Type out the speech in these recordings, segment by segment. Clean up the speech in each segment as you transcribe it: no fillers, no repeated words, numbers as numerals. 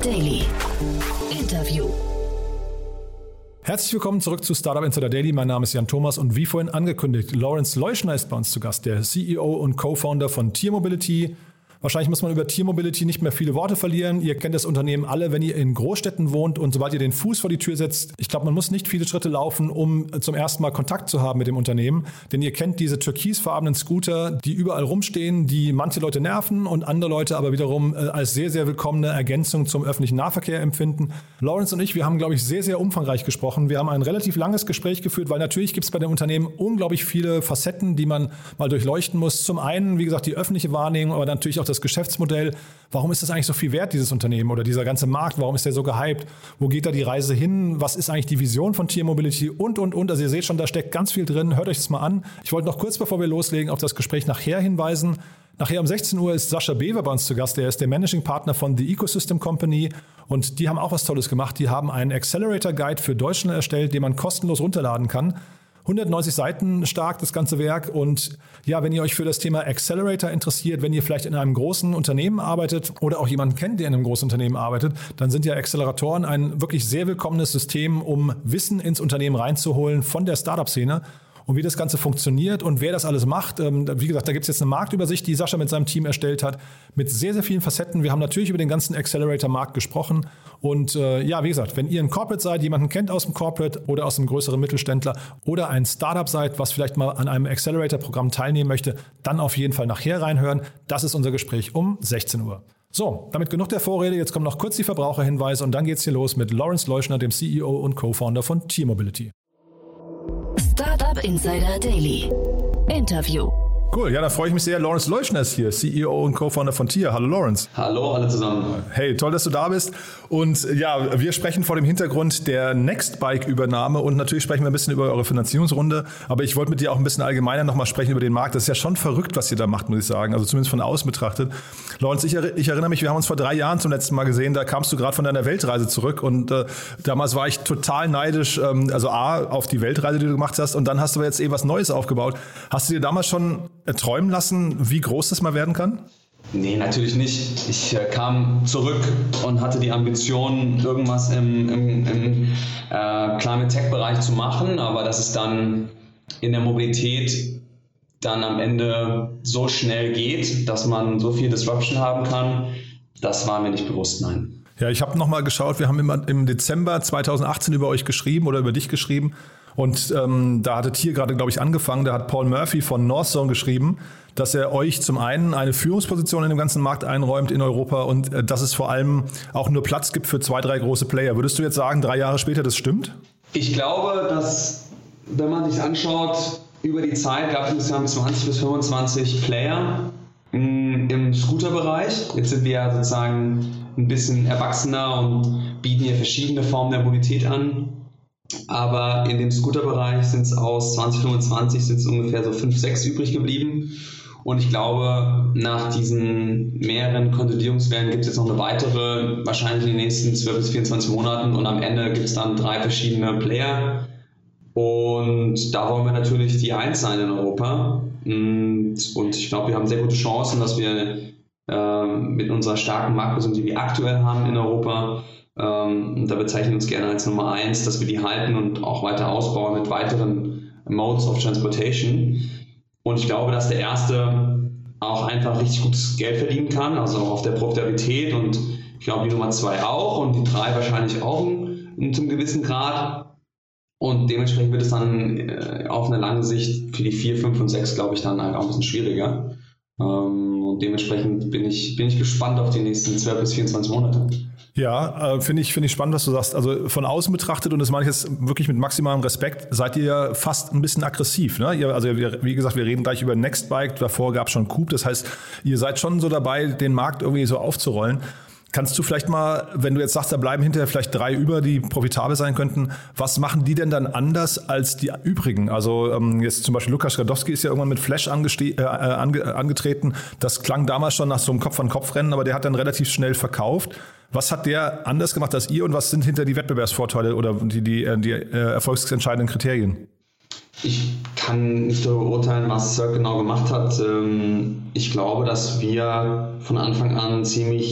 Daily. Interview. Herzlich willkommen zurück zu Startup Insider Daily. Mein Name ist Jan Thomas und wie vorhin angekündigt, Lawrence Leuschner ist bei uns zu Gast, der CEO und Co-Founder von Tier Mobility. Wahrscheinlich muss man über Tier Mobility nicht mehr viele Worte verlieren. Ihr kennt das Unternehmen alle, wenn ihr in Großstädten wohnt und sobald ihr den Fuß vor die Tür setzt. Ich glaube, man muss nicht viele Schritte laufen, um zum ersten Mal Kontakt zu haben mit dem Unternehmen. Denn ihr kennt diese türkisfarbenen Scooter, die überall rumstehen, die manche Leute nerven und andere Leute aber wiederum als sehr, sehr willkommene Ergänzung zum öffentlichen Nahverkehr empfinden. Lawrence und ich, wir haben, glaube ich, sehr, sehr umfangreich gesprochen. Wir haben ein relativ langes Gespräch geführt, weil natürlich gibt es bei dem Unternehmen unglaublich viele Facetten, die man mal durchleuchten muss. Zum einen, wie gesagt, die öffentliche Wahrnehmung, aber natürlich auch das Geschäftsmodell. Warum ist das eigentlich so viel wert, dieses Unternehmen oder dieser ganze Markt? Warum ist der so gehypt? Wo geht da die Reise hin? Was ist eigentlich die Vision von Tier Mobility? Und. Also ihr seht schon, da steckt ganz viel drin. Hört euch das mal an. Ich wollte noch kurz, bevor wir loslegen, auf das Gespräch nachher hinweisen. Nachher um 16 Uhr ist Sascha Bewe bei uns zu Gast. Der ist der Managing Partner von The Ecosystem Company. Und die haben auch was Tolles gemacht. Die haben einen Accelerator Guide für Deutschland erstellt, den man kostenlos runterladen kann. 190 Seiten stark, das ganze Werk. Und ja, wenn ihr euch für das Thema Accelerator interessiert, wenn ihr vielleicht in einem großen Unternehmen arbeitet oder auch jemanden kennt, der in einem großen Unternehmen arbeitet, dann sind ja Acceleratoren ein wirklich sehr willkommenes System, um Wissen ins Unternehmen reinzuholen von der Startup-Szene. Und wie das Ganze funktioniert und wer das alles macht. Wie gesagt, da gibt es jetzt eine Marktübersicht, die Sascha mit seinem Team erstellt hat, mit sehr, sehr vielen Facetten. Wir haben natürlich über den ganzen Accelerator-Markt gesprochen. Und wie gesagt, wenn ihr ein Corporate seid, jemanden kennt aus dem Corporate oder aus einem größeren Mittelständler oder ein Startup seid, was vielleicht mal an einem Accelerator-Programm teilnehmen möchte, dann auf jeden Fall nachher reinhören. Das ist unser Gespräch um 16 Uhr. So, damit genug der Vorrede. Jetzt kommen noch kurz die Verbraucherhinweise und dann geht's hier los mit Lawrence Leuschner, dem CEO und Co-Founder von Tier Mobility. Startup Insider Daily. Interview. Cool, ja, da freue ich mich sehr. Lawrence Leuschner ist hier, CEO und Co-Founder von Tier. Hallo Lawrence. Hallo alle zusammen. Hey, toll, dass du da bist. Und ja, wir sprechen vor dem Hintergrund der Nextbike-Übernahme und natürlich sprechen wir ein bisschen über eure Finanzierungsrunde. Aber ich wollte mit dir auch ein bisschen allgemeiner nochmal sprechen über den Markt. Das ist ja schon verrückt, was ihr da macht, muss ich sagen. Also zumindest von außen betrachtet. Lawrence, ich erinnere mich, wir haben uns vor 3 Jahren zum letzten Mal gesehen. Da kamst du gerade von deiner Weltreise zurück und damals war ich total neidisch. Also A, auf die Weltreise, die du gemacht hast und dann hast du jetzt was Neues aufgebaut. Hast du dir damals schon träumen lassen, wie groß das mal werden kann? Nee, natürlich nicht. Ich kam zurück und hatte die Ambition, irgendwas im Climate Tech-Bereich zu machen, aber dass es dann in der Mobilität dann am Ende so schnell geht, dass man so viel Disruption haben kann, das war mir nicht bewusst, nein. Ja, ich habe nochmal geschaut, wir haben im Dezember 2018 über euch geschrieben oder über dich geschrieben. Und da hatte Tier gerade, glaube ich, angefangen. Da hat Paul Murphy von Northzone geschrieben, dass er euch zum einen eine Führungsposition in dem ganzen Markt einräumt in Europa und dass es vor allem auch nur Platz gibt für 2, 3 große Player. Würdest du jetzt sagen, 3 Jahre später, das stimmt? Ich glaube, dass, wenn man sich anschaut, über die Zeit gab es insgesamt 20 bis 25 Player im Scooter-Bereich. Jetzt sind wir ja sozusagen ein bisschen erwachsener und bieten hier verschiedene Formen der Mobilität an. Aber in dem Scooter-Bereich sind es aus 2025 sind es ungefähr so 5, 6 übrig geblieben. Und ich glaube, nach diesen mehreren Konsolidierungswellen gibt es jetzt noch eine weitere, wahrscheinlich in den nächsten 12 bis 24 Monaten. Und am Ende gibt es dann 3 verschiedene Player. Und da wollen wir natürlich die 1 sein in Europa. Und ich glaube, wir haben sehr gute Chancen, dass wir mit unserer starken Marktposition, die wir aktuell haben in Europa, da bezeichnen wir uns gerne als Nummer 1, dass wir die halten und auch weiter ausbauen mit weiteren Modes of Transportation. Und ich glaube, dass der Erste auch einfach richtig gutes Geld verdienen kann, also auch auf der Profitabilität und ich glaube die Nummer 2 auch und die 3 wahrscheinlich auch zum gewissen Grad. Und dementsprechend wird es dann auf eine lange Sicht für die 4, 5 und 6, glaube ich, dann halt auch ein bisschen schwieriger. Und dementsprechend bin ich gespannt auf die nächsten 12 bis 24 Monate. Ja, finde ich spannend, was du sagst. Also von außen betrachtet, und das meine ich jetzt wirklich mit maximalem Respekt, seid ihr ja fast ein bisschen aggressiv. Ne? Wie gesagt, wir reden gleich über Nextbike, davor gab es schon Coop. Das heißt, ihr seid schon so dabei, den Markt irgendwie so aufzurollen. Kannst du vielleicht mal, wenn du jetzt sagst, da bleiben hinterher vielleicht 3 über, die profitabel sein könnten, was machen die denn dann anders als die übrigen? Also jetzt zum Beispiel Lukas Radowski ist ja irgendwann mit Flash angetreten. Das klang damals schon nach so einem Kopf-an-Kopf-Rennen, aber der hat dann relativ schnell verkauft. Was hat der anders gemacht als ihr und was sind hinter die Wettbewerbsvorteile oder die erfolgsentscheidenden Kriterien? Ich kann nicht darüber urteilen, was Cirque genau gemacht hat. Ich glaube, dass wir von Anfang an ziemlich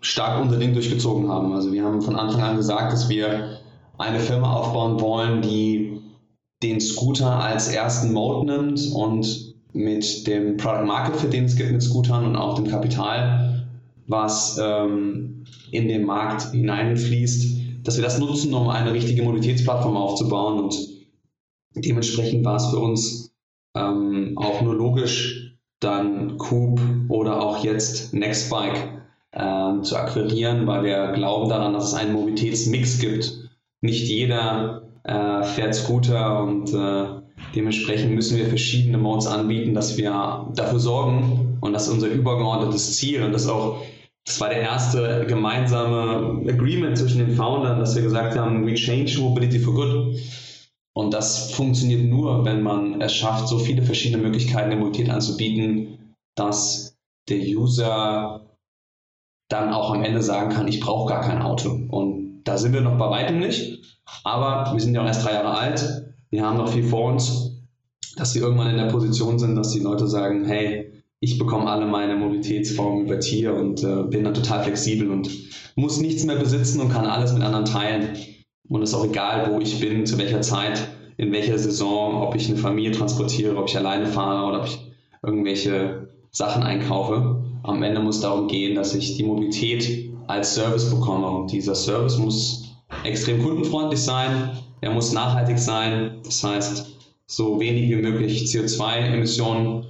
stark unser Ding durchgezogen haben. Also wir haben von Anfang an gesagt, dass wir eine Firma aufbauen wollen, die den Scooter als ersten Mode nimmt und mit dem Product Market Fit, den es gibt mit Scootern und auch dem Kapital, was in den Markt hineinfließt, dass wir das nutzen, um eine richtige Mobilitätsplattform aufzubauen. Und dementsprechend war es für uns auch nur logisch, dann Coop oder auch jetzt Nextbike zu akquirieren, weil wir glauben daran, dass es einen Mobilitätsmix gibt. Nicht jeder fährt Scooter und dementsprechend müssen wir verschiedene Modes anbieten, dass wir dafür sorgen, und das ist unser übergeordnetes Ziel und das war der erste gemeinsame Agreement zwischen den Foundern, dass wir gesagt haben, we change mobility for good. Und das funktioniert nur, wenn man es schafft, so viele verschiedene Möglichkeiten der Mobilität anzubieten, dass der User dann auch am Ende sagen kann, ich brauche gar kein Auto. Und da sind wir noch bei weitem nicht, aber wir sind ja auch erst 3 Jahre alt. Wir haben noch viel vor uns, dass wir irgendwann in der Position sind, dass die Leute sagen, hey, ich bekomme alle meine Mobilitätsformen über Tier und bin dann total flexibel und muss nichts mehr besitzen und kann alles mit anderen teilen. Und es ist auch egal, wo ich bin, zu welcher Zeit, in welcher Saison, ob ich eine Familie transportiere, ob ich alleine fahre oder ob ich irgendwelche Sachen einkaufe. Am Ende muss es darum gehen, dass ich die Mobilität als Service bekomme. Und dieser Service muss extrem kundenfreundlich sein, er muss nachhaltig sein, das heißt, so wenig wie möglich CO2-Emissionen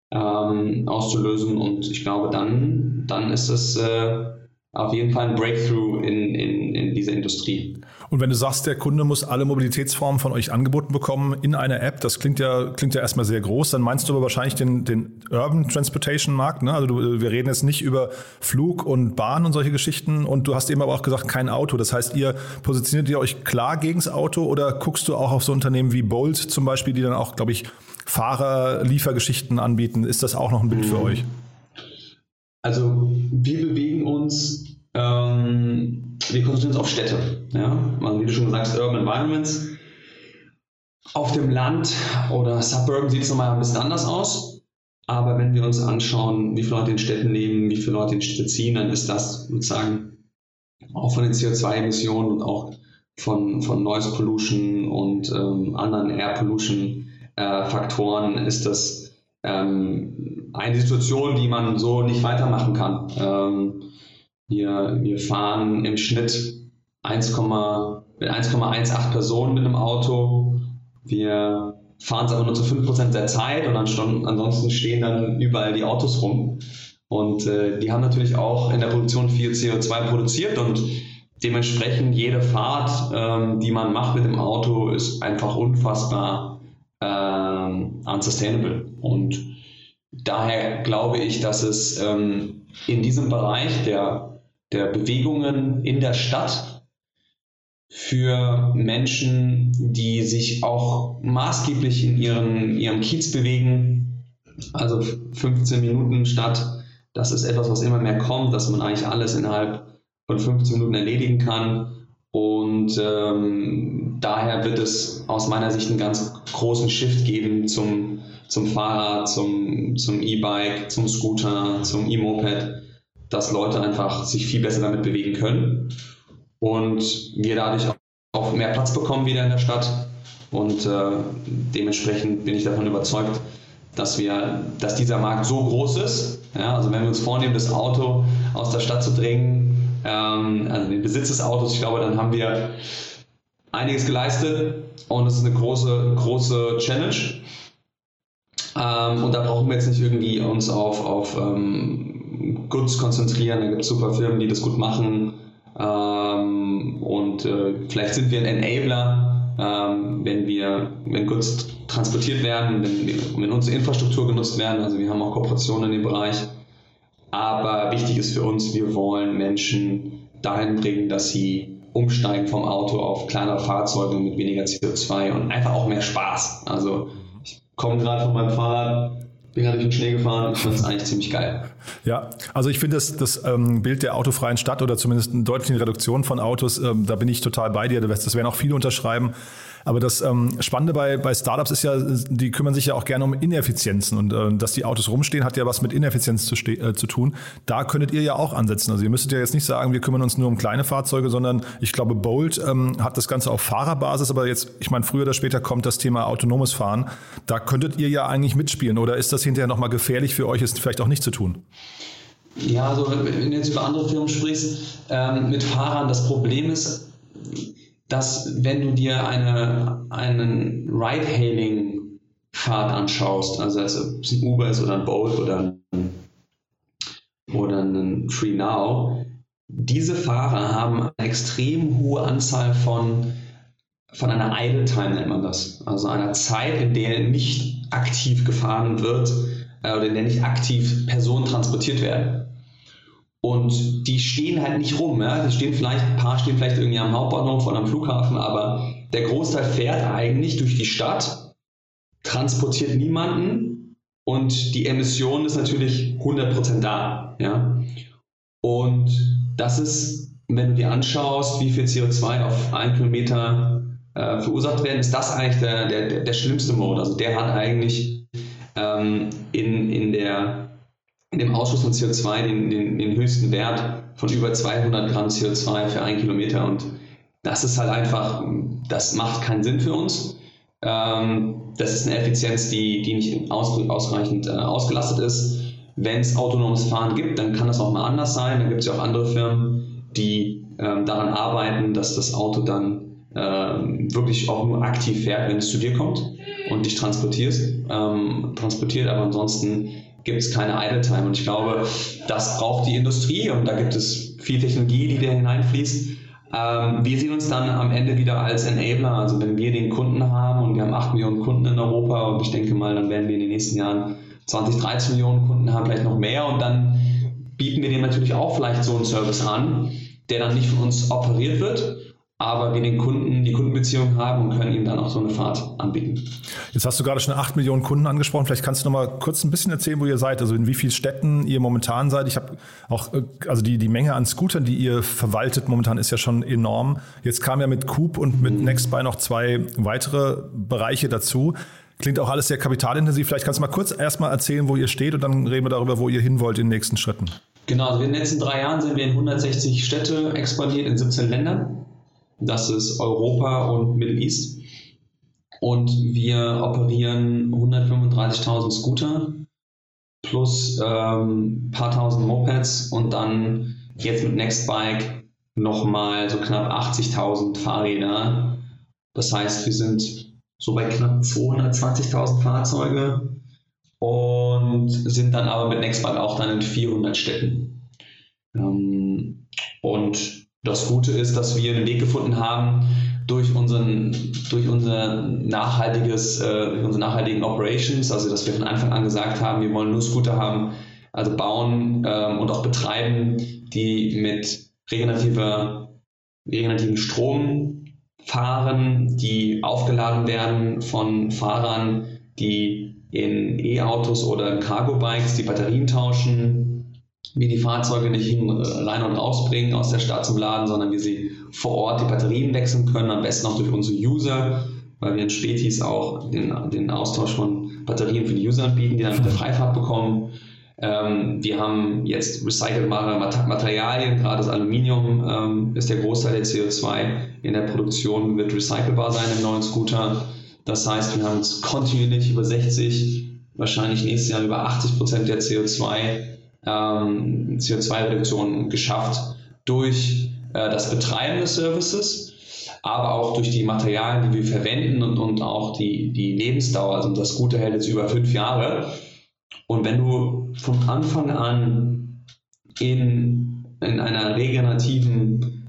auszulösen. Und ich glaube, dann ist es auf jeden Fall ein Breakthrough in dieser Industrie. Und wenn du sagst, der Kunde muss alle Mobilitätsformen von euch angeboten bekommen in einer App, das klingt ja erstmal sehr groß, dann meinst du aber wahrscheinlich den Urban Transportation Markt, ne? Also wir reden jetzt nicht über Flug und Bahn und solche Geschichten, und du hast eben aber auch gesagt, kein Auto. Das heißt, positioniert ihr euch klar gegen das Auto, oder guckst du auch auf so Unternehmen wie Bolt zum Beispiel, die dann auch, glaube ich, Fahrer-Liefergeschichten anbieten? Ist das auch noch ein Bild für euch? Also wir bewegen uns, wir konzentrieren uns auf Städte. Ja? Also wie du schon gesagt hast, Urban Environments. Auf dem Land oder Suburban sieht es nochmal ein bisschen anders aus. Aber wenn wir uns anschauen, wie viele Leute in Städten leben, wie viele Leute in Städte ziehen, dann ist das sozusagen auch von den CO2-Emissionen und auch von Noise Pollution und anderen Air Pollution Faktoren ist das eine Situation, die man so nicht weitermachen kann. Wir fahren im Schnitt 1,18 Personen mit einem Auto. Wir fahren es aber nur zu 5% der Zeit und ansonsten stehen dann überall die Autos rum. Und die haben natürlich auch in der Produktion viel CO2 produziert, und dementsprechend jede Fahrt, die man macht mit dem Auto, ist einfach unfassbar unsustainable. Und daher glaube ich, dass es in diesem Bereich der Bewegungen in der Stadt für Menschen, die sich auch maßgeblich in ihrem Kiez bewegen, also 15 Minuten Stadt, das ist etwas, was immer mehr kommt, dass man eigentlich alles innerhalb von 15 Minuten erledigen kann. Und daher wird es aus meiner Sicht einen ganz großen Shift geben zum Fahrrad, zum E-Bike, zum Scooter, zum E-Moped, dass Leute einfach sich viel besser damit bewegen können und wir dadurch auch mehr Platz bekommen wieder in der Stadt. Und dementsprechend bin ich davon überzeugt, dass dieser Markt so groß ist. Ja, also wenn wir uns vornehmen, das Auto aus der Stadt zu drängen, also den Besitz des Autos, ich glaube, dann haben wir einiges geleistet, und es ist eine große Challenge. Und da brauchen wir jetzt nicht irgendwie uns auf Goods konzentrieren. Da gibt es super Firmen, die das gut machen. Und vielleicht sind wir ein Enabler, wenn Goods transportiert werden, wenn unsere Infrastruktur genutzt werden. Also wir haben auch Kooperationen in dem Bereich. Aber wichtig ist für uns, wir wollen Menschen dahin bringen, dass sie umsteigen vom Auto auf kleinere Fahrzeuge mit weniger CO2 und einfach auch mehr Spaß. Also ich komme gerade von meinem Fahrrad, bin gerade durch den Schnee gefahren, ich fand es eigentlich ziemlich geil. Ja, also ich finde das Bild der autofreien Stadt oder zumindest eine deutliche Reduktion von Autos, da bin ich total bei dir, das werden auch viele unterschreiben. Aber das Spannende bei Startups ist ja, die kümmern sich ja auch gerne um Ineffizienzen und dass die Autos rumstehen, hat ja was mit Ineffizienz zu tun. Da könntet ihr ja auch ansetzen. Also ihr müsstet ja jetzt nicht sagen, wir kümmern uns nur um kleine Fahrzeuge, sondern ich glaube, Bolt hat das Ganze auf Fahrerbasis, aber jetzt, ich meine, früher oder später kommt das Thema autonomes Fahren. Da könntet ihr ja eigentlich mitspielen, oder ist das hinterher nochmal gefährlich für euch, ist vielleicht auch nicht zu tun? Ja, also wenn du jetzt über andere Firmen sprichst, mit Fahrern, das Problem ist, dass wenn du dir einen Ride-Hailing-Fahrt anschaust, also ob es ein Uber ist oder ein Bolt oder ein FreeNow, diese Fahrer haben eine extrem hohe Anzahl von einer Idle Time, nennt man das. Also einer Zeit, in der nicht aktiv gefahren wird oder in der nicht aktiv Personen transportiert werden. Und die stehen halt nicht rum. Ja? Ein paar stehen vielleicht irgendwie am Hauptbahnhof oder am Flughafen, aber der Großteil fährt eigentlich durch die Stadt, transportiert niemanden und die Emission ist natürlich 100% da. Ja? Und das ist, wenn du dir anschaust, wie viel CO2 auf 1 Kilometer verursacht werden, ist das eigentlich der schlimmste Mode. Also der hat eigentlich in dem Ausstoß von CO2 den höchsten Wert von über 200 Gramm CO2 für 1 Kilometer. Und das ist halt einfach, das macht keinen Sinn für uns. Das ist eine Effizienz, die nicht ausreichend ausgelastet ist. Wenn es autonomes Fahren gibt, dann kann das auch mal anders sein. Da gibt es ja auch andere Firmen, die daran arbeiten, dass das Auto dann wirklich auch nur aktiv fährt, wenn es zu dir kommt und dich transportiert, aber ansonsten gibt es keine Idle Time. Und ich glaube, das braucht die Industrie und da gibt es viel Technologie, die da hineinfließt. Wir sehen uns dann am Ende wieder als Enabler, also wenn wir den Kunden haben und wir haben 8 Millionen Kunden in Europa und ich denke mal, dann werden wir in den nächsten Jahren 20, 13 Millionen Kunden haben, vielleicht noch mehr und dann bieten wir denen natürlich auch vielleicht so einen Service an, der dann nicht von uns operiert wird, aber wir die Kundenbeziehung haben und können ihm dann auch so eine Fahrt anbieten. Jetzt hast du gerade schon 8 Millionen Kunden angesprochen. Vielleicht kannst du noch mal kurz ein bisschen erzählen, wo ihr seid, also in wie vielen Städten ihr momentan seid. Ich habe auch, also die Menge an Scootern, die ihr verwaltet momentan, ist ja schon enorm. Jetzt kamen ja mit Coop und mit Nextbuy noch 2 weitere Bereiche dazu. Klingt auch alles sehr kapitalintensiv. Vielleicht kannst du mal kurz erstmal erzählen, wo ihr steht und dann reden wir darüber, wo ihr hin wollt in den nächsten Schritten. Genau, also in den letzten 3 Jahren sind wir in 160 Städte expandiert, in 17 Ländern. Das ist Europa und Middle East. Und wir operieren 135.000 Scooter plus ein paar tausend Mopeds und dann jetzt mit Nextbike nochmal so knapp 80.000 Fahrräder. Das heißt, wir sind so bei knapp 220.000 Fahrzeuge und sind dann aber mit Nextbike auch dann in 400 Städten. Und das Gute ist, dass wir einen Weg gefunden haben, durch unsere nachhaltigen Operations, also dass wir von Anfang an gesagt haben, wir wollen nur Scooter haben, also bauen und auch betreiben, die mit regenerativem Strom fahren, die aufgeladen werden von Fahrern, die in E-Autos oder in Cargo-Bikes die Batterien tauschen, wir die Fahrzeuge nicht rein und rausbringen aus der Stadt zum Laden, sondern wir sie vor Ort die Batterien wechseln können, am besten auch durch unsere User, weil wir in Spätis auch den Austausch von Batterien für die User anbieten, die dann mit der Freifahrt bekommen. Wir haben jetzt recycelbare Materialien, gerade das Aluminium ist der Großteil der CO2 in der Produktion, wird recycelbar sein im neuen Scooter. Das heißt, wir haben uns kontinuierlich über 60, wahrscheinlich nächstes Jahr über 80% der CO2-Reduktion geschafft durch das Betreiben des Services, aber auch durch die Materialien, die wir verwenden und auch die Lebensdauer. Also das Scooter hält jetzt über 5 Jahre. Und wenn du von Anfang an in einer regenerativen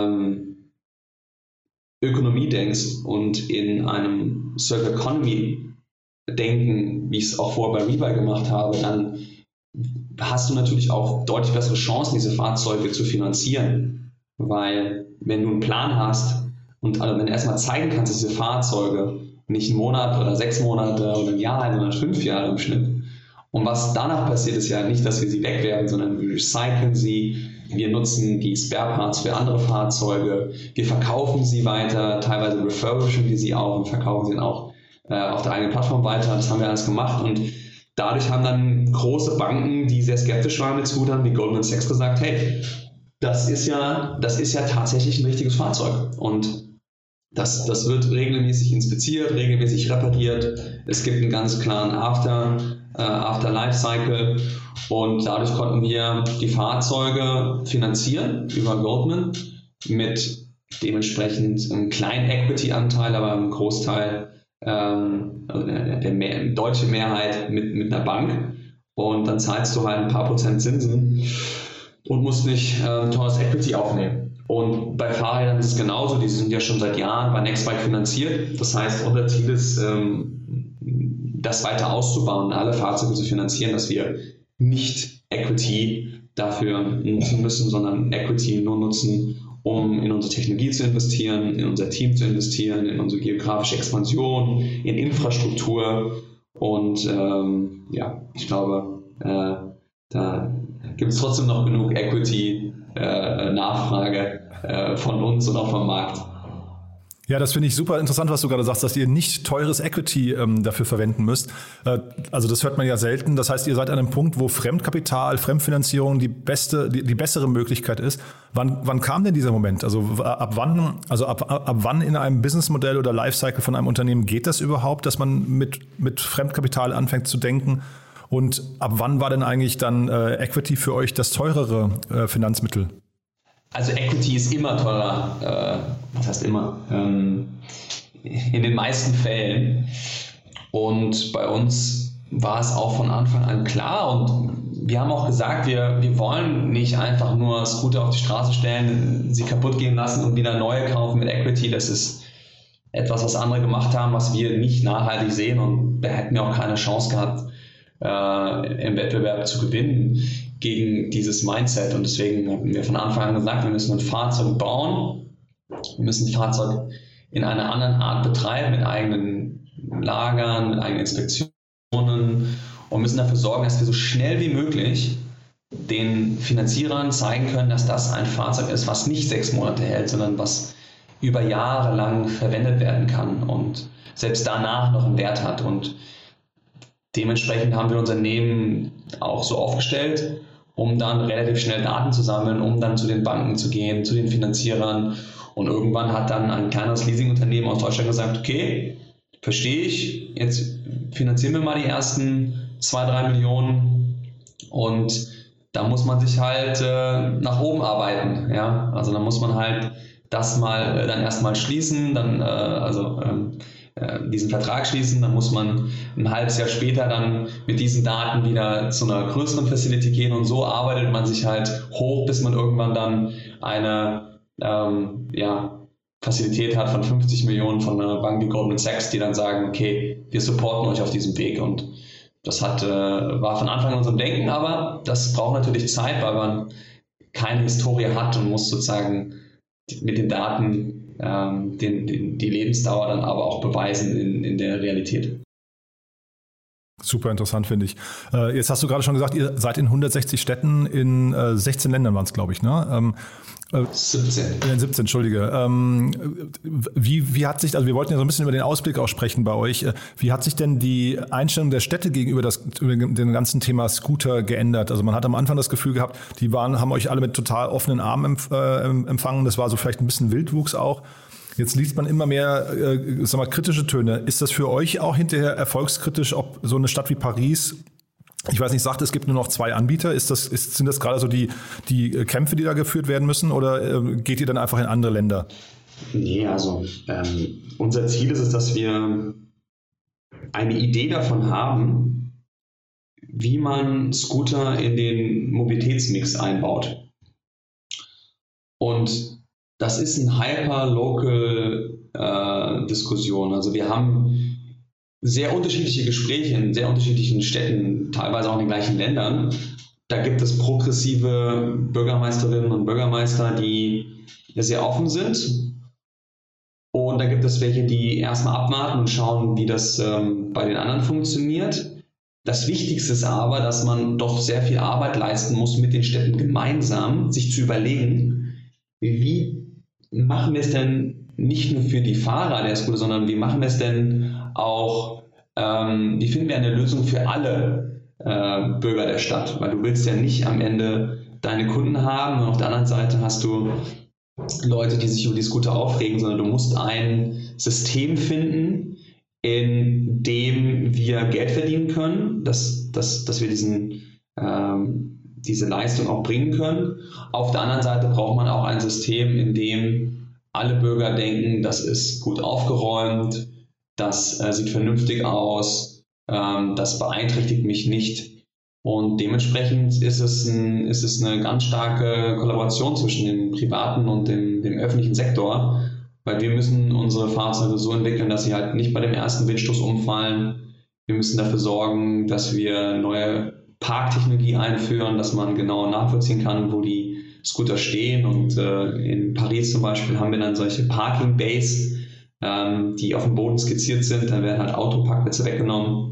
Ökonomie denkst und in einem Circular Economy denken, wie ich es auch vorher bei Rebuy gemacht habe, dann hast du natürlich auch deutlich bessere Chancen, diese Fahrzeuge zu finanzieren. Weil wenn du einen Plan hast und wenn du erstmal zeigen kannst, dass diese Fahrzeuge nicht einen Monat oder 6 Monate oder ein Jahr, sondern 5 Jahre im Schnitt. Und was danach passiert, ist ja nicht, dass wir sie wegwerfen, sondern wir recyceln sie, Wir nutzen die Spare Parts für andere Fahrzeuge. Wir verkaufen sie weiter, teilweise refurbischen wir sie auch und verkaufen sie dann auch auf der eigenen Plattform weiter. Das haben wir alles gemacht und dadurch haben dann große Banken, die sehr skeptisch waren mit Scootern, wie Goldman Sachs, gesagt, hey, das ist ja tatsächlich ein richtiges Fahrzeug und das wird regelmäßig inspiziert, regelmäßig repariert. Es gibt einen ganz klaren After-Life-Cycle und dadurch konnten wir die Fahrzeuge finanzieren über Goldman mit dementsprechend einem kleinen Equity-Anteil, aber einem Großteil der deutschen Mehrheit mit einer Bank und dann zahlst du halt ein paar Prozent Zinsen und musst nicht teures Equity aufnehmen. Und bei Fahrrädern ist es genauso, die sind ja schon seit Jahren bei Nextbike finanziert. Das heißt, unser Ziel ist, das weiter auszubauen, alle Fahrzeuge zu finanzieren, dass wir nicht Equity dafür nutzen müssen, sondern Equity nur nutzen, um in unsere Technologie zu investieren, in unser Team zu investieren, in unsere geografische Expansion, in Infrastruktur. Und ich glaube, da gibt es trotzdem noch genug Equity-Nachfrage von uns und auch vom Markt. Ja, das finde ich super interessant, was du gerade sagst, dass ihr nicht teures Equity dafür verwenden müsst. Also das hört man ja selten. Das heißt, ihr seid an einem Punkt, wo Fremdkapital, Fremdfinanzierung die bessere Möglichkeit ist. Wann kam denn dieser Moment? Also ab wann in einem Businessmodell oder Lifecycle von einem Unternehmen geht das überhaupt, dass man mit Fremdkapital anfängt zu denken? Und ab wann war denn eigentlich dann Equity für euch das teurere Finanzmittel? Also Equity ist immer teurer, was heißt immer, in den meisten Fällen. Und bei uns war es auch von Anfang an klar und wir haben auch gesagt, wir wollen nicht einfach nur Scooter auf die Straße stellen, sie kaputt gehen lassen und wieder neue kaufen mit Equity. Das ist etwas, was andere gemacht haben, was wir nicht nachhaltig sehen und da hätten wir auch keine Chance gehabt, im Wettbewerb zu gewinnen gegen dieses Mindset. Und deswegen haben wir von Anfang an gesagt, wir müssen ein Fahrzeug bauen, wir müssen ein Fahrzeug in einer anderen Art betreiben, mit eigenen Lagern, mit eigenen Inspektionen und müssen dafür sorgen, dass wir so schnell wie möglich den Finanzierern zeigen können, dass das ein Fahrzeug ist, was nicht 6 Monate hält, sondern was über Jahre lang verwendet werden kann und selbst danach noch einen Wert hat. Und dementsprechend haben wir unser Unternehmen auch so aufgestellt, um dann relativ schnell Daten zu sammeln, um dann zu den Banken zu gehen, zu den Finanzierern. Und irgendwann hat dann ein kleineres Leasingunternehmen aus Deutschland gesagt, okay, verstehe ich, jetzt finanzieren wir mal die ersten 2-3 Millionen und da muss man sich halt nach oben arbeiten. Ja? Also da muss man halt das mal dann erstmal schließen, dann diesen Vertrag schließen, dann muss man ein halbes Jahr später dann mit diesen Daten wieder zu einer größeren Facility gehen und so arbeitet man sich halt hoch, bis man irgendwann dann eine Facilität hat von 50 Millionen von einer Bank wie Goldman Sachs, die dann sagen, okay, wir supporten euch auf diesem Weg und das war von Anfang an unserem Denken, aber das braucht natürlich Zeit, weil man keine Historie hat und muss sozusagen mit den Daten die Lebensdauer dann aber auch beweisen in der Realität. Super interessant, finde ich. Jetzt hast du gerade schon gesagt, ihr seid in 160 Städten in 16 Ländern waren es, glaube ich, ne? 17. 17, Entschuldige. Wie hat sich, also wir wollten ja so ein bisschen über den Ausblick auch sprechen bei euch. Wie hat sich denn die Einstellung der Städte gegenüber dem ganzen Thema Scooter geändert? Also man hat am Anfang das Gefühl gehabt, haben euch alle mit total offenen Armen empfangen. Das war so vielleicht ein bisschen Wildwuchs auch. Jetzt liest man immer mehr kritische Töne. Ist das für euch auch hinterher erfolgskritisch, ob so eine Stadt wie Paris, ich weiß nicht, sagt, es gibt nur noch 2 Anbieter? Sind das gerade so die Kämpfe, die da geführt werden müssen, oder geht ihr dann einfach in andere Länder? Nee, also unser Ziel ist es, dass wir eine Idee davon haben, wie man Scooter in den Mobilitätsmix einbaut. Und das ist eine Hyper-Local-Diskussion. Also wir haben sehr unterschiedliche Gespräche in sehr unterschiedlichen Städten, teilweise auch in den gleichen Ländern. Da gibt es progressive Bürgermeisterinnen und Bürgermeister, die sehr offen sind. Und da gibt es welche, die erstmal abwarten und schauen, wie das bei den anderen funktioniert. Das Wichtigste ist aber, dass man doch sehr viel Arbeit leisten muss, mit den Städten gemeinsam sich zu überlegen, wie machen wir es denn nicht nur für die Fahrer der Scooter, sondern wie machen wir es denn auch, wie finden wir eine Lösung für alle Bürger der Stadt? Weil du willst ja nicht am Ende deine Kunden haben und auf der anderen Seite hast du Leute, die sich über die Scooter aufregen, sondern du musst ein System finden, in dem wir Geld verdienen können, dass wir diese Leistung auch bringen können. Auf der anderen Seite braucht man auch ein System, in dem alle Bürger denken, das ist gut aufgeräumt, das sieht vernünftig aus, das beeinträchtigt mich nicht. Und dementsprechend ist es eine ganz starke Kollaboration zwischen dem privaten und dem öffentlichen Sektor, weil wir müssen unsere Fahrzeuge so entwickeln, dass sie halt nicht bei dem ersten Windstoß umfallen. Wir müssen dafür sorgen, dass wir neue Parktechnologie einführen, dass man genau nachvollziehen kann, wo die Scooter stehen. Und in Paris zum Beispiel haben wir dann solche Parking Bays, die auf dem Boden skizziert sind. Da werden halt Autoparkplätze weggenommen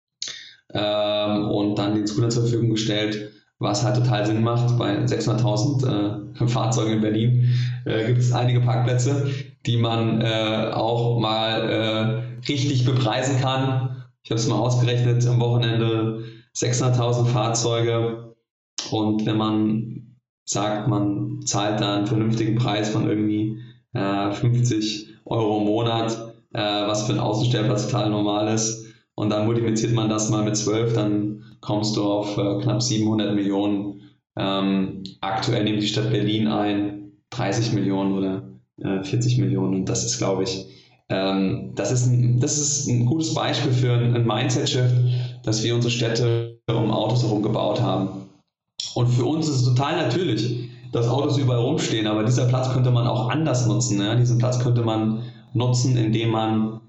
und dann den Scooter zur Verfügung gestellt, was halt total Sinn macht. Bei 600.000 Fahrzeugen in Berlin gibt es einige Parkplätze, die man auch mal richtig bepreisen kann. Ich habe es mal ausgerechnet, am Wochenende 600.000 Fahrzeuge, und wenn man sagt, man zahlt da einen vernünftigen Preis von irgendwie 50 Euro im Monat, was für einen Außenstellplatz total normal ist, und dann multipliziert man das mal mit 12, dann kommst du auf knapp 700 Millionen. Aktuell nimmt die Stadt Berlin ein 30 Millionen oder 40 Millionen, und das ist, glaube ich, das ist ein gutes Beispiel für ein Mindset-Shift, dass wir unsere Städte um Autos herum gebaut haben. Und für uns ist es total natürlich, dass Autos überall rumstehen, aber dieser Platz könnte man auch anders nutzen. Ja? Diesen Platz könnte man nutzen, indem man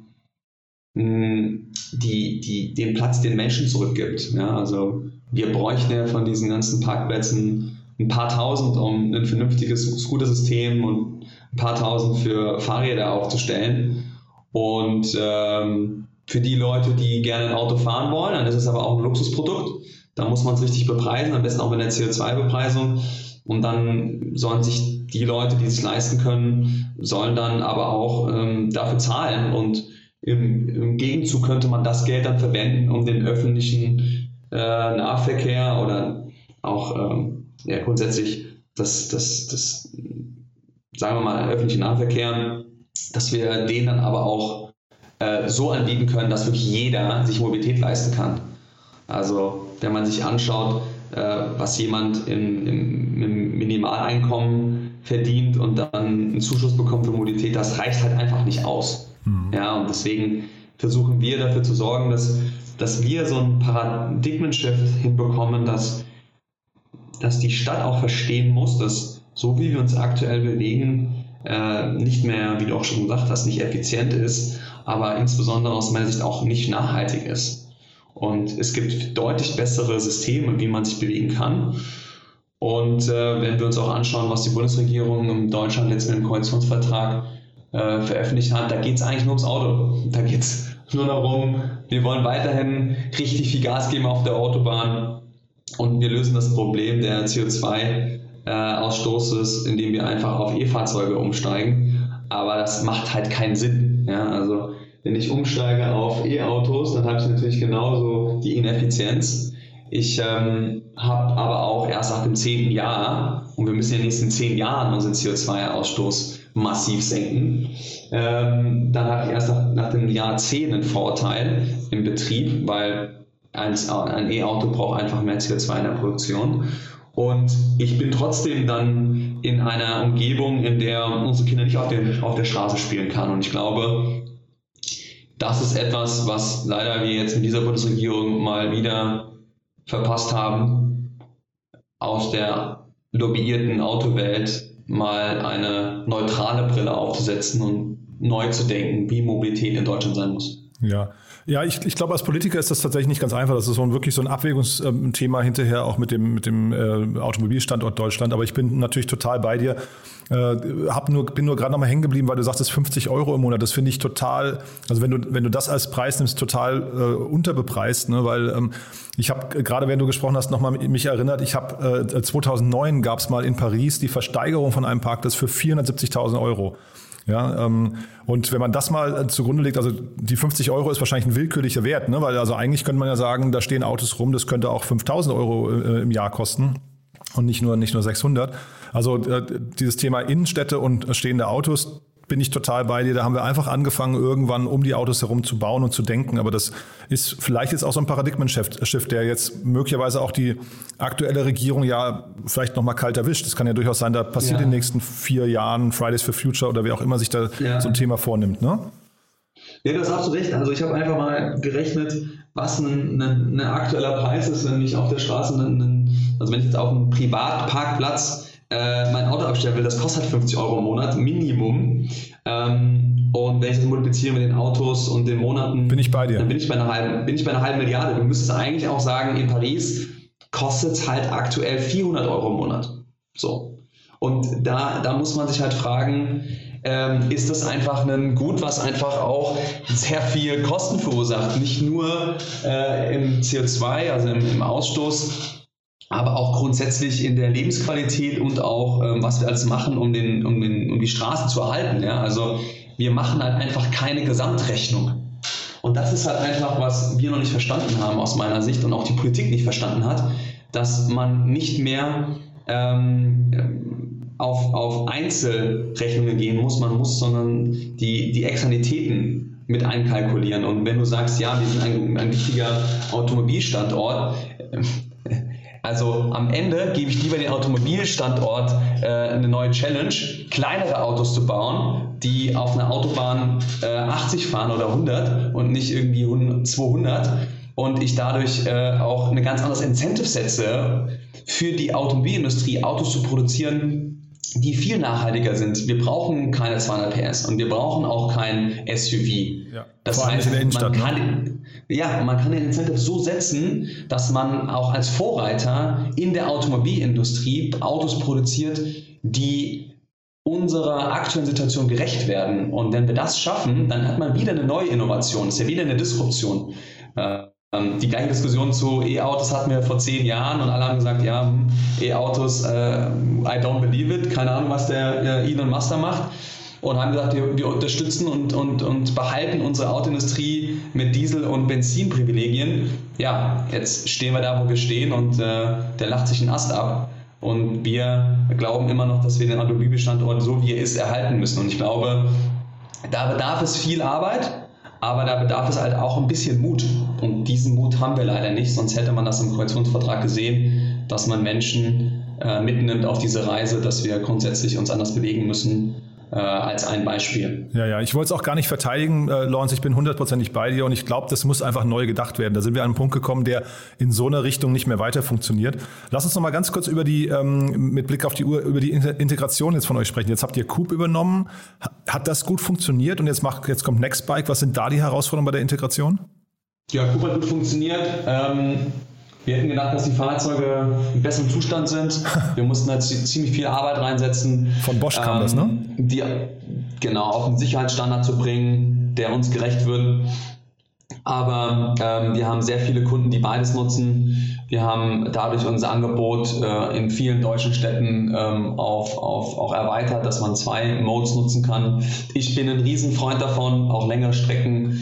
den Platz den Menschen zurückgibt. Ja? Also wir bräuchten ja von diesen ganzen Parkplätzen ein paar tausend, um ein vernünftiges Scooter-System und ein paar tausend für Fahrräder aufzustellen. Und für die Leute, die gerne ein Auto fahren wollen, dann ist es aber auch ein Luxusprodukt. Da muss man es richtig bepreisen, am besten auch mit der CO2-Bepreisung. Und dann sollen sich die Leute, die es leisten können, sollen dann aber auch dafür zahlen. Und im Gegenzug könnte man das Geld dann verwenden, um den öffentlichen Nahverkehr oder auch grundsätzlich das sagen wir mal, öffentlichen Nahverkehr, dass wir den dann aber auch so anbieten können, dass wirklich jeder sich Mobilität leisten kann. Also wenn man sich anschaut, was jemand im Minimaleinkommen verdient und dann einen Zuschuss bekommt für Mobilität, das reicht halt einfach nicht aus. Ja, und deswegen versuchen wir dafür zu sorgen, dass wir so einen Paradigmen-Shift hinbekommen, dass die Stadt auch verstehen muss, dass so wie wir uns aktuell bewegen, nicht mehr, wie du auch schon gesagt hast, nicht effizient ist, aber insbesondere aus meiner Sicht auch nicht nachhaltig ist. Und es gibt deutlich bessere Systeme, wie man sich bewegen kann. Und wenn wir uns auch anschauen, was die Bundesregierung in Deutschland jetzt mit dem Koalitionsvertrag veröffentlicht hat, da geht es eigentlich nur ums Auto. Da geht es nur darum, wir wollen weiterhin richtig viel Gas geben auf der Autobahn und wir lösen das Problem der CO2-Ausstoßes, indem wir einfach auf E-Fahrzeuge umsteigen. Aber das macht halt keinen Sinn. Ja? Also wenn ich umsteige auf E-Autos, dann habe ich natürlich genauso die Ineffizienz. Ich habe aber auch erst nach dem 10. Jahr, und wir müssen in den nächsten 10 Jahren unseren CO2-Ausstoß massiv senken, dann habe ich erst nach dem Jahr 10 einen Vorteil im Betrieb, weil ein E-Auto braucht einfach mehr CO2 in der Produktion. Und ich bin trotzdem dann in einer Umgebung, in der unsere Kinder nicht auf der Straße spielen kann. Und ich glaube, das ist etwas, was leider wir jetzt mit dieser Bundesregierung mal wieder verpasst haben, aus der lobbyierten Autowelt mal eine neutrale Brille aufzusetzen und neu zu denken, wie Mobilität in Deutschland sein muss. Ja, ich glaube, als Politiker ist das tatsächlich nicht ganz einfach. Das ist wirklich so ein Abwägungsthema hinterher, auch mit dem Automobilstandort Deutschland. Aber ich bin natürlich total bei dir. Bin nur gerade noch mal hängen geblieben, weil du sagtest 50 € im Monat. Das finde ich total, also wenn du das als Preis nimmst, total unterbepreist, ne? Weil ich habe, gerade wenn du gesprochen hast, nochmal mich erinnert, 2009 gab es mal in Paris die Versteigerung von einem Parkplatz für 470.000 €. Ja, und wenn man das mal zugrunde legt, also die 50 € ist wahrscheinlich ein willkürlicher Wert, ne? Weil also eigentlich könnte man ja sagen, da stehen Autos rum, das könnte auch 5.000 € im Jahr kosten und nicht nur 600. Also dieses Thema Innenstädte und stehende Autos, bin ich total bei dir. Da haben wir einfach angefangen, irgendwann um die Autos herum zu bauen und zu denken. Aber das ist vielleicht jetzt auch so ein Paradigmen-Shift, der jetzt möglicherweise auch die aktuelle Regierung ja vielleicht nochmal kalt erwischt. Das kann ja durchaus sein, da passiert in den nächsten 4 Jahren Fridays for Future oder wer auch immer sich da so ein Thema vornimmt, ne? Ja, du hast absolut recht. Also ich habe einfach mal gerechnet, was ein aktueller Preis ist, wenn ich auf der Straße, also wenn ich jetzt auf einem Privatparkplatz mein Auto abstellen will, das kostet 50 € im Monat, Minimum. Und wenn ich das multipliziere mit den Autos und den Monaten, bin ich bei dir. Dann bin ich bei einer halben Milliarde. Du müsstest eigentlich auch sagen, in Paris kostet es halt aktuell 400 € im Monat. So. Und da muss man sich halt fragen, ist das einfach ein Gut, was einfach auch sehr viel Kosten verursacht, nicht nur im CO2, also im Ausstoß, aber auch grundsätzlich in der Lebensqualität und auch, was wir alles machen, um die Straßen zu erhalten. Ja? Also wir machen halt einfach keine Gesamtrechnung. Und das ist halt einfach, was wir noch nicht verstanden haben aus meiner Sicht und auch die Politik nicht verstanden hat, dass man nicht mehr auf Einzelrechnungen gehen muss, sondern die Externalitäten mit einkalkulieren. Und wenn du sagst, ja, wir sind ein wichtiger Automobilstandort, also am Ende gebe ich lieber den Automobilstandort eine neue Challenge, kleinere Autos zu bauen, die auf einer Autobahn 80 fahren oder 100 und nicht irgendwie 200 und ich dadurch auch eine ganz anderes Incentive setze für die Automobilindustrie, Autos zu produzieren, die viel nachhaltiger sind. Wir brauchen keine 200 PS und wir brauchen auch kein SUV. Ja, das heißt, in der Innenstadt, man kann den Incentive so setzen, dass man auch als Vorreiter in der Automobilindustrie Autos produziert, die unserer aktuellen Situation gerecht werden. Und wenn wir das schaffen, dann hat man wieder eine neue Innovation. Das ist ja wieder eine Disruption. Die gleiche Diskussion zu E-Autos hatten wir vor 10 Jahren und alle haben gesagt, ja, E-Autos, I don't believe it, keine Ahnung, was der Elon Musk da macht. Und haben gesagt, wir unterstützen und behalten unsere Autoindustrie mit Diesel- und Benzinprivilegien. Ja, jetzt stehen wir da, wo wir stehen und der lacht sich einen Ast ab. Und wir glauben immer noch, dass wir den Automobilstandort so wie er ist erhalten müssen. Und ich glaube, da bedarf es viel Arbeit, aber da bedarf es halt auch ein bisschen Mut. Und diesen Mut haben wir leider nicht, sonst hätte man das im Koalitionsvertrag gesehen, dass man Menschen mitnimmt auf diese Reise, dass wir grundsätzlich uns anders bewegen müssen. Als ein Beispiel. Ja, ich wollte es auch gar nicht verteidigen, Lawrence, ich bin 100% bei dir und ich glaube, das muss einfach neu gedacht werden. Da sind wir an einen Punkt gekommen, der in so einer Richtung nicht mehr weiter funktioniert. Lass uns noch mal ganz kurz über mit Blick auf die Uhr, über die Integration jetzt von euch sprechen. Jetzt habt ihr Coop übernommen. Hat das gut funktioniert und jetzt kommt Nextbike. Was sind da die Herausforderungen bei der Integration? Ja, Coop hat gut funktioniert. Wir hätten gedacht, dass die Fahrzeuge in besserem Zustand sind. Wir mussten halt ziemlich viel Arbeit reinsetzen. Von Bosch kam das, ne? Die genau auf einen Sicherheitsstandard zu bringen, der uns gerecht wird. Aber wir haben sehr viele Kunden, die beides nutzen. Wir haben dadurch unser Angebot in vielen deutschen Städten auch erweitert, dass man 2 Modes nutzen kann. Ich bin ein Riesenfreund davon, auch längere Strecken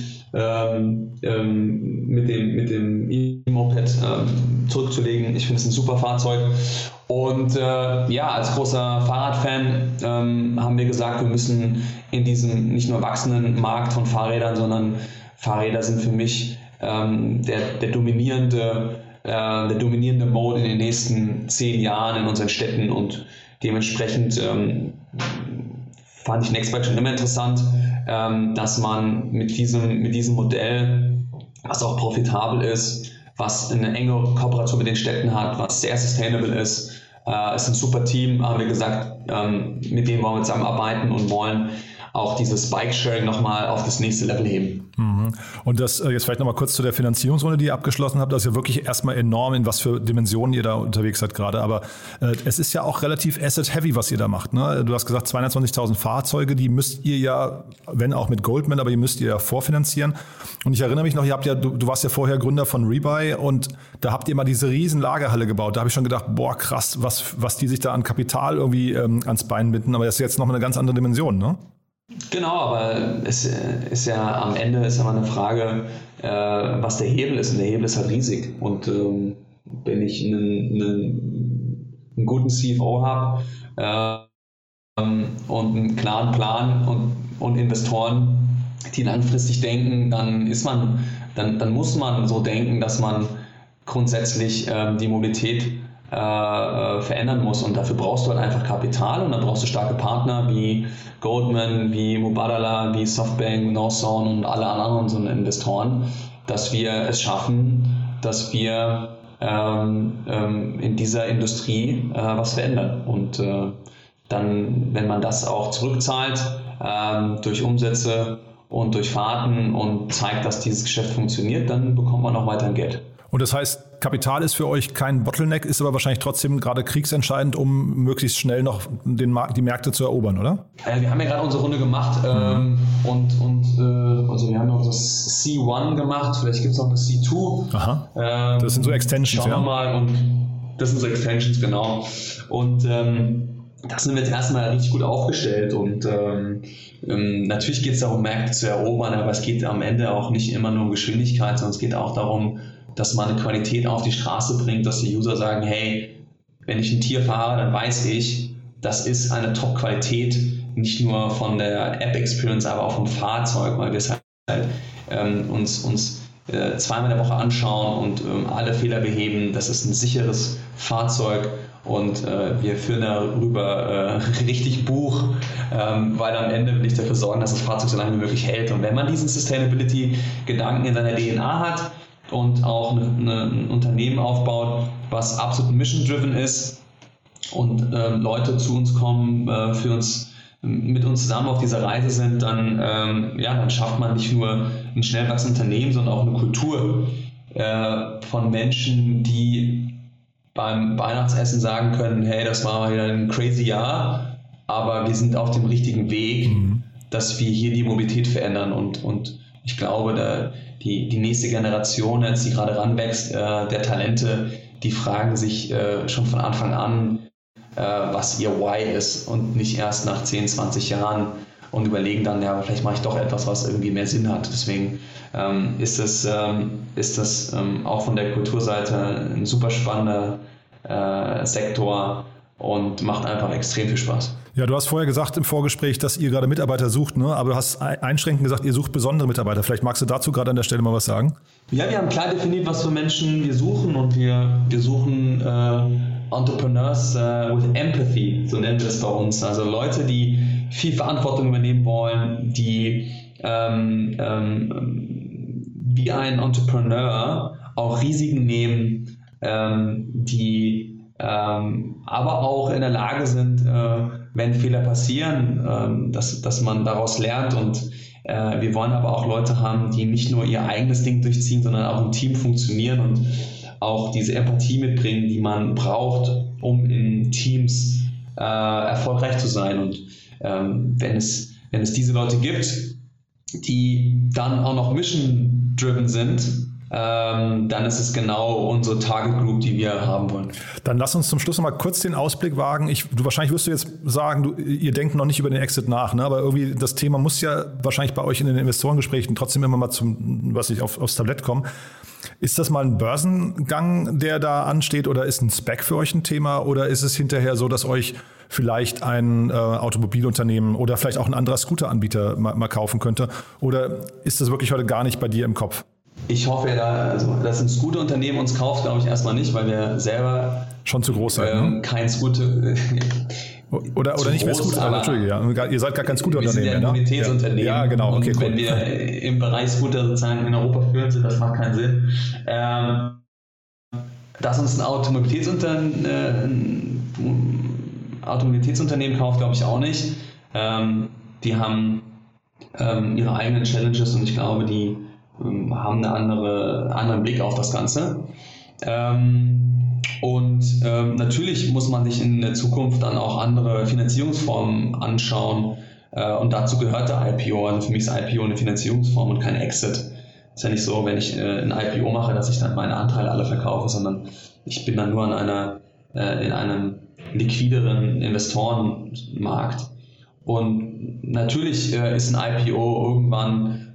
mit dem E-Moped zurückzulegen. Ich finde es ein super Fahrzeug. Und als großer Fahrradfan haben wir gesagt, wir müssen in diesem nicht nur wachsenden Markt von Fahrrädern, sondern Fahrräder sind für mich der dominierende Mode in den nächsten 10 Jahren in unseren Städten und dementsprechend fand ich Nextbike schon immer interessant, dass man mit diesem Modell, was auch profitabel ist, was eine enge Kooperation mit den Städten hat, was sehr sustainable ist, ist ein super Team, haben wir gesagt, mit dem wollen wir zusammenarbeiten und wollen auch dieses Bike-Sharing nochmal auf das nächste Level heben. Und das jetzt vielleicht nochmal kurz zu der Finanzierungsrunde, die ihr abgeschlossen habt. Das ist ja wirklich erstmal enorm, in was für Dimensionen ihr da unterwegs seid gerade. Aber es ist ja auch relativ asset-heavy, was ihr da macht. Ne? Du hast gesagt, 220.000 Fahrzeuge, die müsst ihr ja, wenn auch mit Goldman, aber die müsst ihr ja vorfinanzieren. Und ich erinnere mich noch, du warst ja vorher Gründer von Rebuy und da habt ihr mal diese riesen Lagerhalle gebaut. Da habe ich schon gedacht, boah, krass, was die sich da an Kapital irgendwie ans Bein binden. Aber das ist jetzt noch eine ganz andere Dimension, ne? Genau, aber es ist ja am Ende ist immer eine Frage, was der Hebel ist. Und der Hebel ist halt riesig. Und wenn ich einen guten CFO habe und einen klaren Plan und Investoren, die langfristig denken, dann muss man so denken, dass man grundsätzlich die Mobilität verändern muss, und dafür brauchst du halt einfach Kapital, und dann brauchst du starke Partner wie Goldman, wie Mubadala, wie Softbank, Northzone und alle anderen so Investoren, dass wir es schaffen, dass wir in dieser Industrie was verändern, und dann, wenn man das auch zurückzahlt durch Umsätze und durch Fahrten und zeigt, dass dieses Geschäft funktioniert, dann bekommt man auch weiterhin Geld. Und das heißt, Kapital ist für euch kein Bottleneck, ist aber wahrscheinlich trotzdem gerade kriegsentscheidend, um möglichst schnell noch die Märkte zu erobern, oder? Wir haben ja gerade unsere Runde gemacht also wir haben noch das C1 gemacht, vielleicht gibt es noch das C2. Aha. Das sind so Extensions, schauen wir mal, und das sind so Extensions, genau. Und das sind wir jetzt erstmal richtig gut aufgestellt, und natürlich geht es darum, Märkte zu erobern, aber es geht am Ende auch nicht immer nur um Geschwindigkeit, sondern es geht auch darum, dass man eine Qualität auf die Straße bringt, dass die User sagen, hey, wenn ich ein Tier fahre, dann weiß ich, das ist eine Top-Qualität, nicht nur von der App-Experience, aber auch vom Fahrzeug, weil wir es halt uns zweimal in der Woche anschauen und alle Fehler beheben. Das ist ein sicheres Fahrzeug, und wir führen darüber richtig Buch, weil am Ende will ich dafür sorgen, dass das Fahrzeug so lange wie möglich hält. Und wenn man diesen Sustainability-Gedanken in seiner DNA hat und auch ein Unternehmen aufbaut, was absolut mission-driven ist, und Leute zu uns kommen, mit uns zusammen auf dieser Reise sind, dann schafft man nicht nur ein schnell wachsendes Unternehmen, sondern auch eine Kultur von Menschen, die beim Weihnachtsessen sagen können, hey, das war wieder ein crazy Jahr, aber wir sind auf dem richtigen Weg, dass wir hier die Mobilität verändern, und ich glaube, die nächste Generation, jetzt die gerade ranwächst, der Talente, die fragen sich schon von Anfang an, was ihr Why ist, und nicht erst nach 10, 20 Jahren und überlegen dann, ja, vielleicht mache ich doch etwas, was irgendwie mehr Sinn hat. Deswegen ist das auch von der Kulturseite ein super spannender Sektor und macht einfach extrem viel Spaß. Ja, du hast vorher gesagt im Vorgespräch, dass ihr gerade Mitarbeiter sucht, ne? Aber du hast einschränkend gesagt, ihr sucht besondere Mitarbeiter. Vielleicht magst du dazu gerade an der Stelle mal was sagen? Ja, wir haben klar definiert, was für Menschen wir suchen, und wir suchen Entrepreneurs with Empathy, so nennen wir das bei uns. Also Leute, die viel Verantwortung übernehmen wollen, die wie ein Entrepreneur auch Risiken nehmen, die aber auch in der Lage sind, wenn Fehler passieren, dass man daraus lernt. Und wir wollen aber auch Leute haben, die nicht nur ihr eigenes Ding durchziehen, sondern auch im Team funktionieren und auch diese Empathie mitbringen, die man braucht, um in Teams erfolgreich zu sein. Und wenn es diese Leute gibt, die dann auch noch mission-driven sind, dann ist es genau unsere Target Group, die wir haben wollen. Dann lass uns zum Schluss noch mal kurz den Ausblick wagen. Wahrscheinlich wirst du jetzt sagen, ihr denkt noch nicht über den Exit nach, ne? Aber irgendwie das Thema muss ja wahrscheinlich bei euch in den Investorengesprächen trotzdem immer mal aufs Tablett kommen. Ist das mal ein Börsengang, der da ansteht, oder ist ein SPAC für euch ein Thema, oder ist es hinterher so, dass euch vielleicht ein Automobilunternehmen oder vielleicht auch ein anderer Scooteranbieter mal kaufen könnte, oder ist das wirklich heute gar nicht bei dir im Kopf? Ich hoffe, dass ein Scooter-Unternehmen uns kauft, glaube ich erstmal nicht, weil wir selber schon zu groß seid, kein Scooter oder nicht mehr Scooter, aber Entschuldige, ja. Ihr seid gar kein Scooter-Unternehmen. Wir sind ja ein Mobilitätsunternehmen. Ja, genau. Okay, und wenn wir im Bereich Scooter sozusagen in Europa führen sind, das macht keinen Sinn. Dass uns ein Automobilitätsunternehmen kauft, glaube ich auch nicht. Die haben ihre eigenen Challenges und ich glaube, die haben einen anderen Blick auf das Ganze. Natürlich muss man sich in der Zukunft dann auch andere Finanzierungsformen anschauen und dazu gehört der IPO. Also für mich ist IPO eine Finanzierungsform und kein Exit. Ist ja nicht so, wenn ich ein IPO mache, dass ich dann meine Anteile alle verkaufe, sondern ich bin dann nur in einem liquideren Investorenmarkt. Und natürlich ist ein IPO irgendwann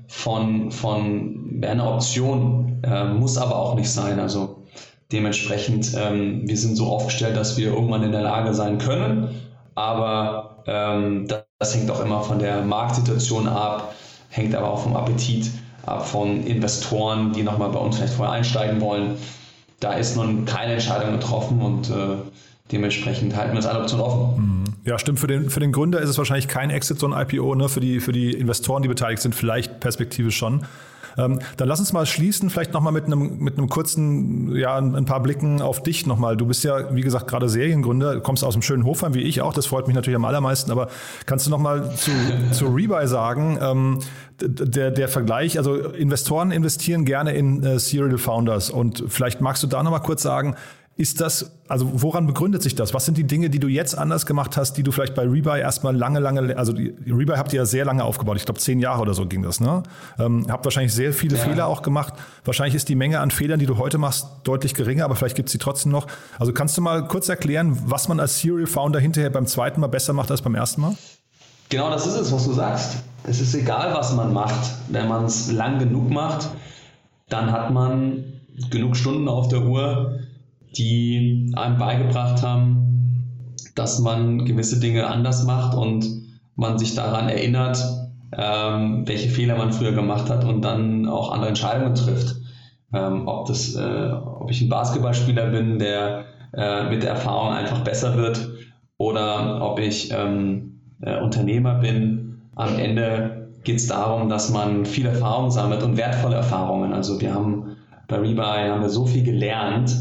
wäre eine Option, muss aber auch nicht sein. Also dementsprechend, wir sind so aufgestellt, dass wir irgendwann in der Lage sein können, aber das hängt auch immer von der Marktsituation ab, hängt aber auch vom Appetit ab von Investoren, die nochmal bei uns vielleicht vorher einsteigen wollen. Da ist nun keine Entscheidung getroffen und dementsprechend halten wir das alle Optionen offen. Ja, stimmt. Für den Gründer ist es wahrscheinlich kein Exit, so ein IPO. Ne? Für die Investoren, die beteiligt sind, vielleicht perspektivisch schon. Dann lass uns mal schließen, vielleicht nochmal mit einem kurzen, ein paar Blicken auf dich nochmal. Du bist ja, wie gesagt, gerade Seriengründer, kommst aus einem schönen Hofheim, wie ich auch. Das freut mich natürlich am allermeisten. Aber kannst du nochmal zu Rebuy sagen, der Vergleich, also Investoren investieren gerne in Serial Founders. Und vielleicht magst du da nochmal kurz sagen, woran begründet sich das? Was sind die Dinge, die du jetzt anders gemacht hast, die du vielleicht bei Rebuy erstmal lange, also Rebuy habt ihr ja sehr lange aufgebaut. Ich glaube 10 Jahre oder so ging das, ne? Habt wahrscheinlich sehr viele Fehler auch gemacht. Wahrscheinlich ist die Menge an Fehlern, die du heute machst, deutlich geringer, aber vielleicht gibt es sie trotzdem noch. Also kannst du mal kurz erklären, was man als Serial Founder hinterher beim zweiten Mal besser macht als beim ersten Mal? Genau, das ist es, was du sagst. Es ist egal, was man macht. Wenn man es lang genug macht, dann hat man genug Stunden auf der Uhr, die einem beigebracht haben, dass man gewisse Dinge anders macht und man sich daran erinnert, welche Fehler man früher gemacht hat und dann auch andere Entscheidungen trifft. Ob ich ein Basketballspieler bin, der mit der Erfahrung einfach besser wird, oder ob ich Unternehmer bin. Am Ende geht es darum, dass man viel Erfahrung sammelt und wertvolle Erfahrungen. Also bei Rebuy haben wir so viel gelernt,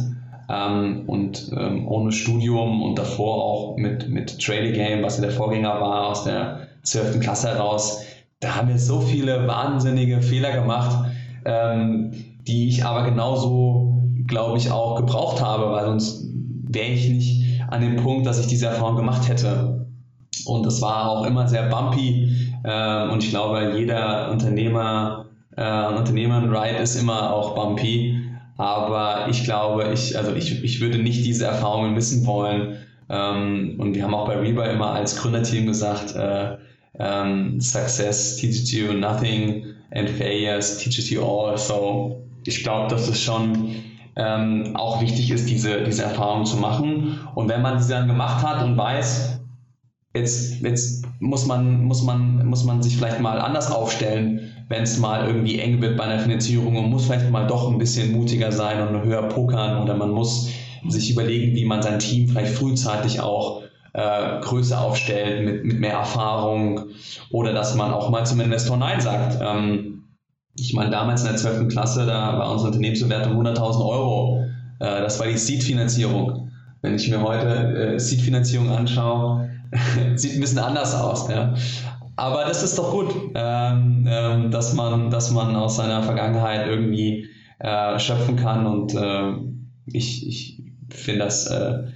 und ohne Studium und davor auch mit Trade Game, was ja der Vorgänger war, aus der 12. Klasse heraus, da haben wir so viele wahnsinnige Fehler gemacht, die ich aber genauso, glaube ich, auch gebraucht habe, weil sonst wäre ich nicht an dem Punkt, dass ich diese Erfahrung gemacht hätte. Und das war auch immer sehr bumpy, und ich glaube, jeder Unternehmer-Ride ist immer auch bumpy. Aber ich glaube, ich würde nicht diese Erfahrungen missen wollen. Und wir haben auch bei Rebuy immer als Gründerteam gesagt, Success teaches you nothing and failures teaches you all. So, ich glaube, dass es schon auch wichtig ist, diese Erfahrung zu machen. Und wenn man diese dann gemacht hat und weiß, jetzt muss man sich vielleicht mal anders aufstellen, wenn es mal irgendwie eng wird bei einer Finanzierung und muss vielleicht mal doch ein bisschen mutiger sein und höher pokern, oder man muss sich überlegen, wie man sein Team vielleicht frühzeitig auch größer aufstellt mit mehr Erfahrung, oder dass man auch mal zum Investor Nein sagt. Ich meine, damals in der 12. Klasse, da war unsere Unternehmensbewertung 100.000 Euro. Das war die Seed-Finanzierung. Wenn ich mir heute Seed-Finanzierung anschaue, sieht ein bisschen anders aus. Ja. Aber das ist doch gut, dass man aus seiner Vergangenheit irgendwie schöpfen kann, und ich finde das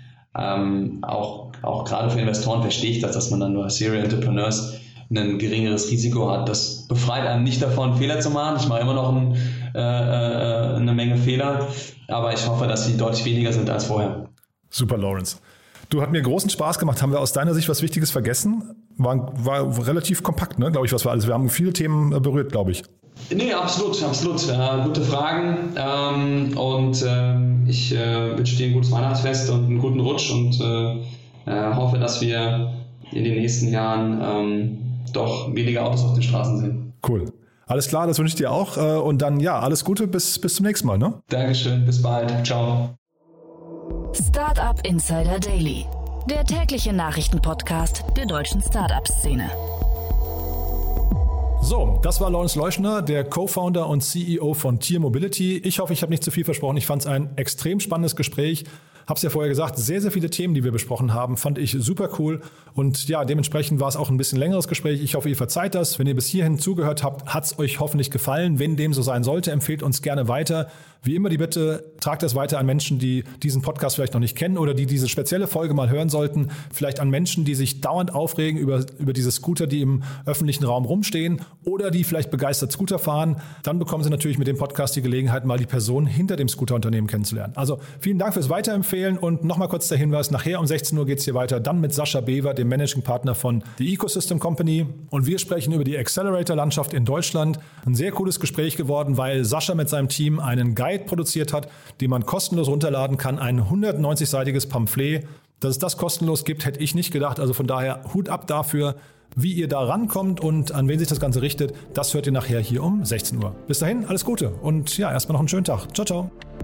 auch gerade für Investoren verstehe ich das, dass man dann nur als Serial Entrepreneurs ein geringeres Risiko hat. Das befreit einen nicht davon, Fehler zu machen. Ich mache immer noch eine Menge Fehler, aber ich hoffe, dass sie deutlich weniger sind als vorher. Super, Lawrence. Du, hat mir großen Spaß gemacht. Haben wir aus deiner Sicht was Wichtiges vergessen? War relativ kompakt, ne? Glaube ich, was war alles. Wir haben viele Themen berührt, glaube ich. Nee, absolut. Gute Fragen. Ich wünsche dir ein gutes Weihnachtsfest und einen guten Rutsch und hoffe, dass wir in den nächsten Jahren doch weniger Autos auf den Straßen sehen. Cool. Alles klar, das wünsche ich dir auch. Und dann, ja, alles Gute, bis zum nächsten Mal. Ne? Dankeschön, bis bald. Ciao. Startup Insider Daily, der tägliche Nachrichtenpodcast der deutschen Startup-Szene. So, das war Lawrence Leuschner, der Co-Founder und CEO von Tier Mobility. Ich hoffe, ich habe nicht zu viel versprochen. Ich fand es ein extrem spannendes Gespräch. Hab's ja vorher gesagt, sehr, sehr viele Themen, die wir besprochen haben, fand ich super cool. Und ja, dementsprechend war es auch ein bisschen längeres Gespräch. Ich hoffe, ihr verzeiht das. Wenn ihr bis hierhin zugehört habt, hat's euch hoffentlich gefallen. Wenn dem so sein sollte, empfehlt uns gerne weiter. Wie immer die Bitte, tragt das weiter an Menschen, die diesen Podcast vielleicht noch nicht kennen oder die diese spezielle Folge mal hören sollten. Vielleicht an Menschen, die sich dauernd aufregen über diese Scooter, die im öffentlichen Raum rumstehen oder die vielleicht begeistert Scooter fahren. Dann bekommen Sie natürlich mit dem Podcast die Gelegenheit, mal die Person hinter dem Scooterunternehmen kennenzulernen. Also vielen Dank fürs Weiterempfehlen und nochmal kurz der Hinweis, nachher um 16 Uhr geht es hier weiter, dann mit Sascha Bever, dem Managing Partner von The Ecosystem Company. Und wir sprechen über die Accelerator-Landschaft in Deutschland. Ein sehr cooles Gespräch geworden, weil Sascha mit seinem Team einen Guide produziert hat, den man kostenlos runterladen kann, ein 190-seitiges Pamphlet. Dass es das kostenlos gibt, hätte ich nicht gedacht. Also von daher Hut ab dafür, wie ihr da rankommt und an wen sich das Ganze richtet. Das hört ihr nachher hier um 16 Uhr. Bis dahin, alles Gute und ja, erstmal noch einen schönen Tag. Ciao, ciao.